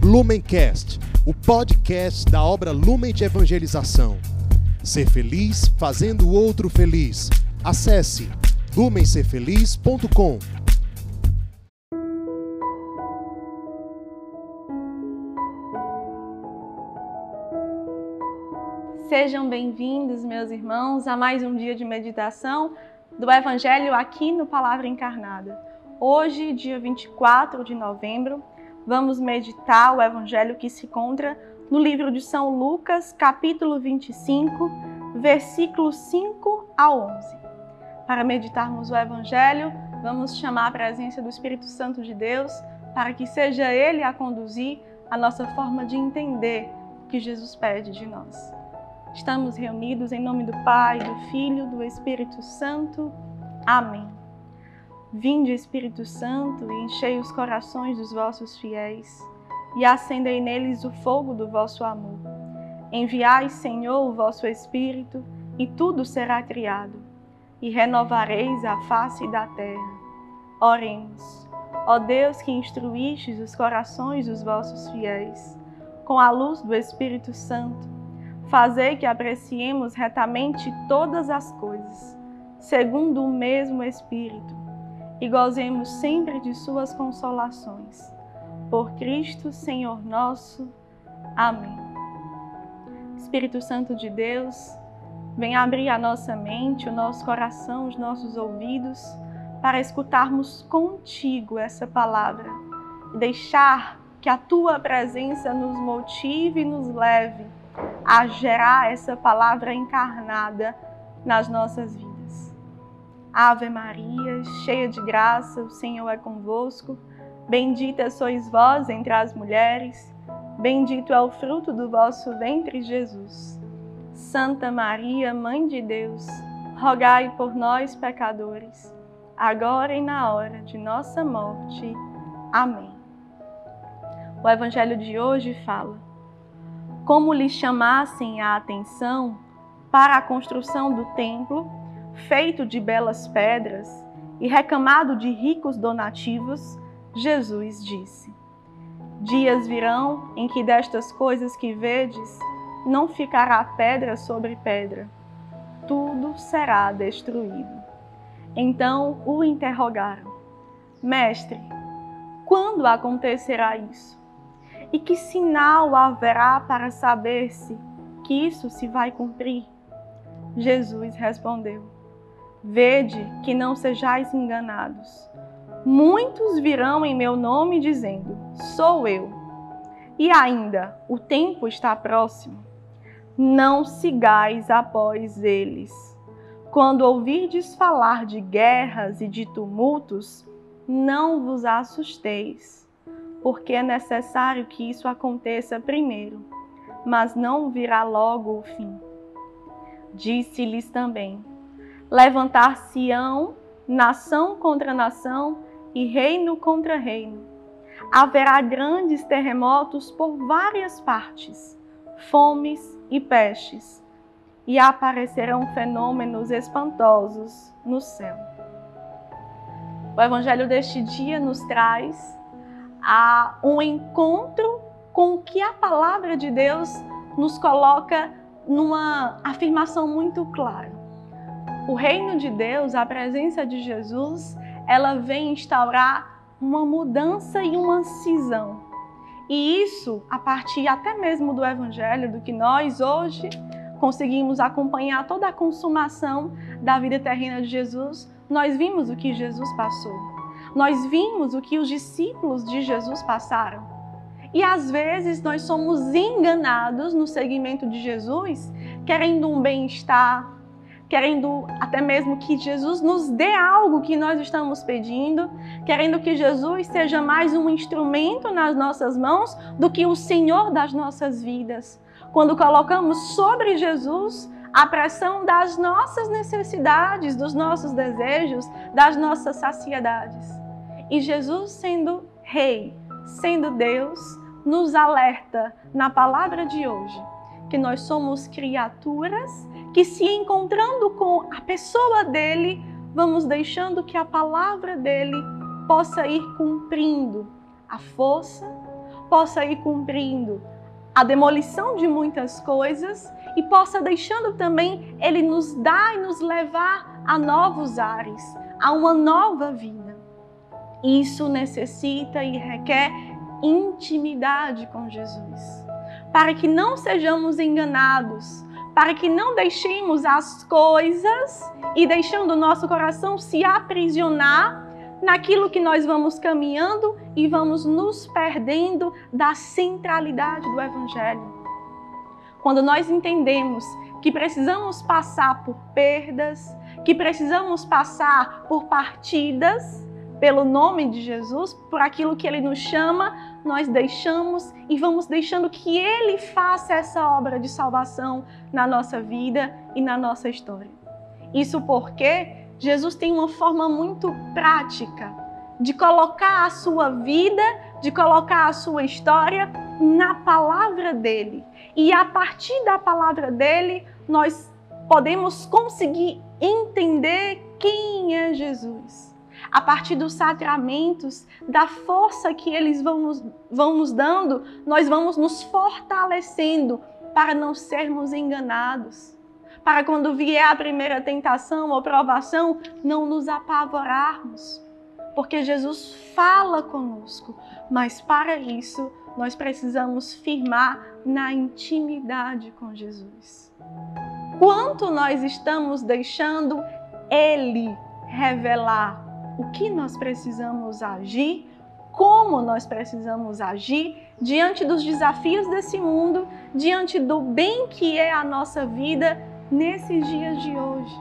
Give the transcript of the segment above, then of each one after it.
Lumencast, o podcast da obra Lumen de Evangelização. Ser feliz fazendo o outro feliz. Acesse lumencerfeliz.com. Sejam bem-vindos, meus irmãos, a mais um dia de meditação do Evangelho aqui no Palavra Encarnada. Hoje, dia 24 de novembro, vamos meditar o Evangelho que se encontra no livro de São Lucas, capítulo 25, versículos 5 a 11. Para meditarmos o Evangelho, vamos chamar a presença do Espírito Santo de Deus para que seja Ele a conduzir a nossa forma de entender o que Jesus pede de nós. Estamos reunidos em nome do Pai, do Filho, do Espírito Santo. Amém. Vinde, Espírito Santo, e enchei os corações dos vossos fiéis, e acendei neles o fogo do vosso amor. Enviai, Senhor, o vosso Espírito, e tudo será criado, e renovareis a face da terra. Oremos. Ó Deus, que instruístes os corações dos vossos fiéis, com a luz do Espírito Santo, fazei que apreciemos retamente todas as coisas, segundo o mesmo Espírito, e gozemos sempre de suas consolações. Por Cristo, Senhor nosso. Amém. Espírito Santo de Deus, vem abrir a nossa mente, o nosso coração, os nossos ouvidos, para escutarmos contigo essa palavra e deixar que a tua presença nos motive e nos leve a gerar essa palavra encarnada nas nossas vidas. Ave Maria, cheia de graça, o Senhor é convosco. Bendita sois vós entre as mulheres, bendito é o fruto do vosso ventre, Jesus. Santa Maria, Mãe de Deus, rogai por nós, pecadores, agora e na hora de nossa morte. Amém. O Evangelho de hoje fala: como lhe chamassem a atenção para a construção do templo, feito de belas pedras e recamado de ricos donativos, Jesus disse: dias virão em que destas coisas que vedes não ficará pedra sobre pedra, tudo será destruído. Então o interrogaram: Mestre, quando acontecerá isso? E que sinal haverá para saber-se que isso se vai cumprir? Jesus respondeu: vede que não sejais enganados. Muitos virão em meu nome dizendo: sou eu. E ainda, o tempo está próximo. Não sigais após eles. Quando ouvirdes falar de guerras e de tumultos, não vos assusteis, porque é necessário que isso aconteça primeiro, mas não virá logo o fim. Disse-lhes também: levantar-se-ão nação contra nação e reino contra reino. Haverá grandes terremotos por várias partes, fomes e pestes, e aparecerão fenômenos espantosos no céu. O Evangelho deste dia nos traz um encontro com o que a palavra de Deus nos coloca numa afirmação muito clara. O reino de Deus, a presença de Jesus, ela vem instaurar uma mudança e uma cisão. E isso, a partir até mesmo do Evangelho, do que nós hoje conseguimos acompanhar toda a consumação da vida terrena de Jesus, nós vimos o que Jesus passou. Nós vimos o que os discípulos de Jesus passaram. E às vezes nós somos enganados no seguimento de Jesus, querendo um bem-estar, querendo até mesmo que Jesus nos dê algo que nós estamos pedindo, querendo que Jesus seja mais um instrumento nas nossas mãos do que o Senhor das nossas vidas. Quando colocamos sobre Jesus a pressão das nossas necessidades, dos nossos desejos, das nossas saciedades. E Jesus, sendo Rei, sendo Deus, nos alerta na palavra de hoje que nós somos criaturas que, se encontrando com a pessoa dele, vamos deixando que a palavra dele possa ir cumprindo a força, possa ir cumprindo a demolição de muitas coisas e possa deixando também Ele nos dar e nos levar a novos ares, a uma nova vida. Isso necessita e requer intimidade com Jesus, para que não sejamos enganados, para que não deixemos as coisas e deixando o nosso coração se aprisionar naquilo que nós vamos caminhando e vamos nos perdendo da centralidade do Evangelho. Quando nós entendemos que precisamos passar por perdas, que precisamos passar por partidas, pelo nome de Jesus, por aquilo que Ele nos chama, nós deixamos e vamos deixando que Ele faça essa obra de salvação na nossa vida e na nossa história. Isso porque Jesus tem uma forma muito prática de colocar a sua vida, de colocar a sua história na palavra dEle. E a partir da palavra dEle, nós podemos conseguir entender quem é Jesus. A partir dos sacramentos, da força que eles vão nos dando, nós vamos nos fortalecendo para não sermos enganados. Para quando vier a primeira tentação ou provação, não nos apavorarmos. Porque Jesus fala conosco, mas para isso nós precisamos firmar na intimidade com Jesus. Quanto nós estamos deixando Ele revelar o que nós precisamos agir, como nós precisamos agir diante dos desafios desse mundo, diante do bem que é a nossa vida nesses dias de hoje.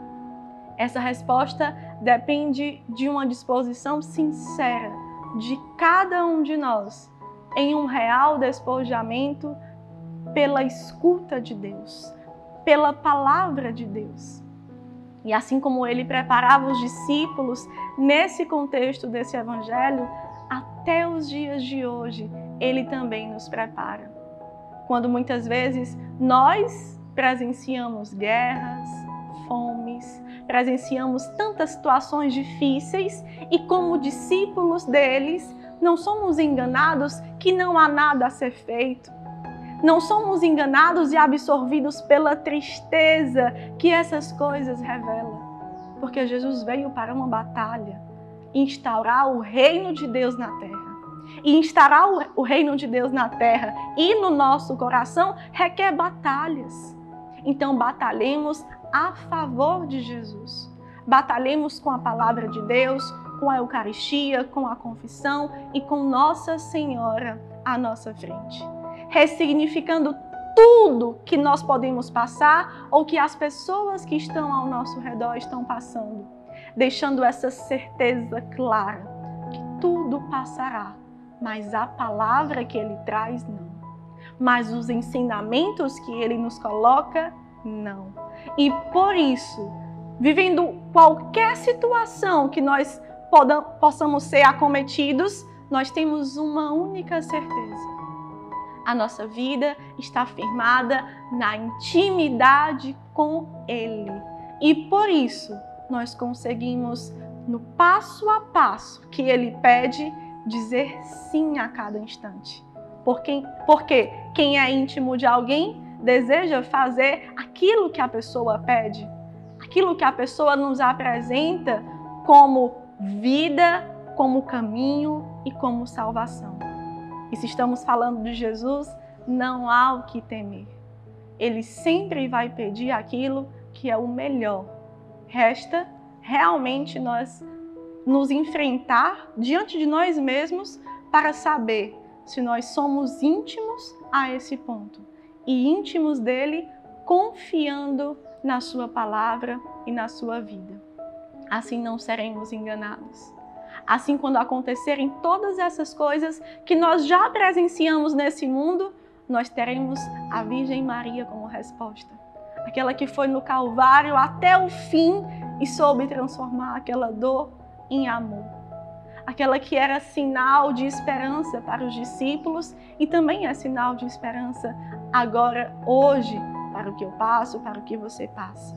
Essa resposta depende de uma disposição sincera de cada um de nós em um real despojamento pela escuta de Deus, pela palavra de Deus. E assim como Ele preparava os discípulos nesse contexto desse Evangelho, até os dias de hoje, Ele também nos prepara. Quando muitas vezes nós presenciamos guerras, fomes, presenciamos tantas situações difíceis e como discípulos deles, não somos enganados que não há nada a ser feito. Não somos enganados e absorvidos pela tristeza que essas coisas revelam. Porque Jesus veio para uma batalha, instaurar o reino de Deus na terra. E instaurar o reino de Deus na terra e no nosso coração requer batalhas. Então batalhemos a favor de Jesus. Batalhemos com a palavra de Deus, com a Eucaristia, com a confissão e com Nossa Senhora à nossa frente. Ressignificando tudo que nós podemos passar ou que as pessoas que estão ao nosso redor estão passando, deixando essa certeza clara que tudo passará, mas a palavra que Ele traz, não. Mas os ensinamentos que Ele nos coloca, não. E por isso, vivendo qualquer situação que nós possamos ser acometidos, nós temos uma única certeza. A nossa vida está firmada na intimidade com Ele. E por isso, nós conseguimos, no passo a passo que Ele pede, dizer sim a cada instante. Porque quem é íntimo de alguém deseja fazer aquilo que a pessoa pede, aquilo que a pessoa nos apresenta como vida, como caminho e como salvação. E se estamos falando de Jesus, não há o que temer. Ele sempre vai pedir aquilo que é o melhor. Resta realmente nós nos enfrentar diante de nós mesmos para saber se nós somos íntimos a esse ponto. E íntimos dele, confiando na sua palavra e na sua vida. Assim não seremos enganados. Assim, quando acontecerem todas essas coisas que nós já presenciamos nesse mundo, nós teremos a Virgem Maria como resposta. Aquela que foi no Calvário até o fim e soube transformar aquela dor em amor. Aquela que era sinal de esperança para os discípulos e também é sinal de esperança agora, hoje, para o que eu passo, para o que você passa.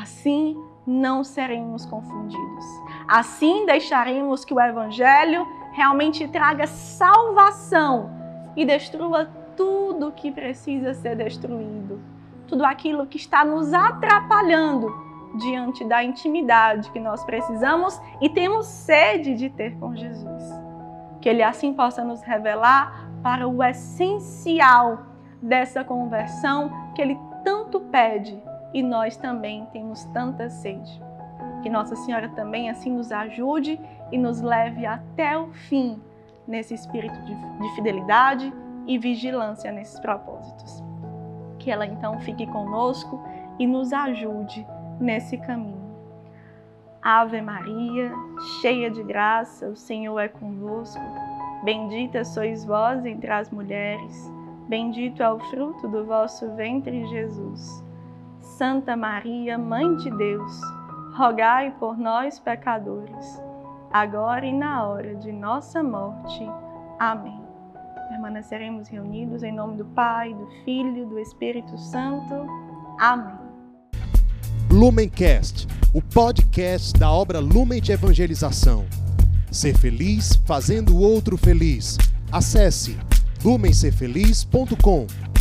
Assim, não seremos confundidos. Assim deixaremos que o Evangelho realmente traga salvação e destrua tudo que precisa ser destruído, tudo aquilo que está nos atrapalhando diante da intimidade que nós precisamos e temos sede de ter com Jesus. Que Ele assim possa nos revelar para o essencial dessa conversão que Ele tanto pede e nós também temos tanta sede. Que Nossa Senhora também assim nos ajude e nos leve até o fim nesse espírito de fidelidade e vigilância nesses propósitos. Que ela então fique conosco e nos ajude nesse caminho. Ave Maria, cheia de graça, o Senhor é convosco. Bendita sois vós entre as mulheres, bendito é o fruto do vosso ventre, Jesus. Santa Maria, Mãe de Deus, rogai por nós, pecadores, agora e na hora de nossa morte. Amém. Permaneceremos reunidos em nome do Pai, do Filho e do Espírito Santo. Amém. Lumencast, o podcast da obra Lumen de Evangelização. Ser feliz fazendo o outro feliz. Acesse lumencerfeliz.com.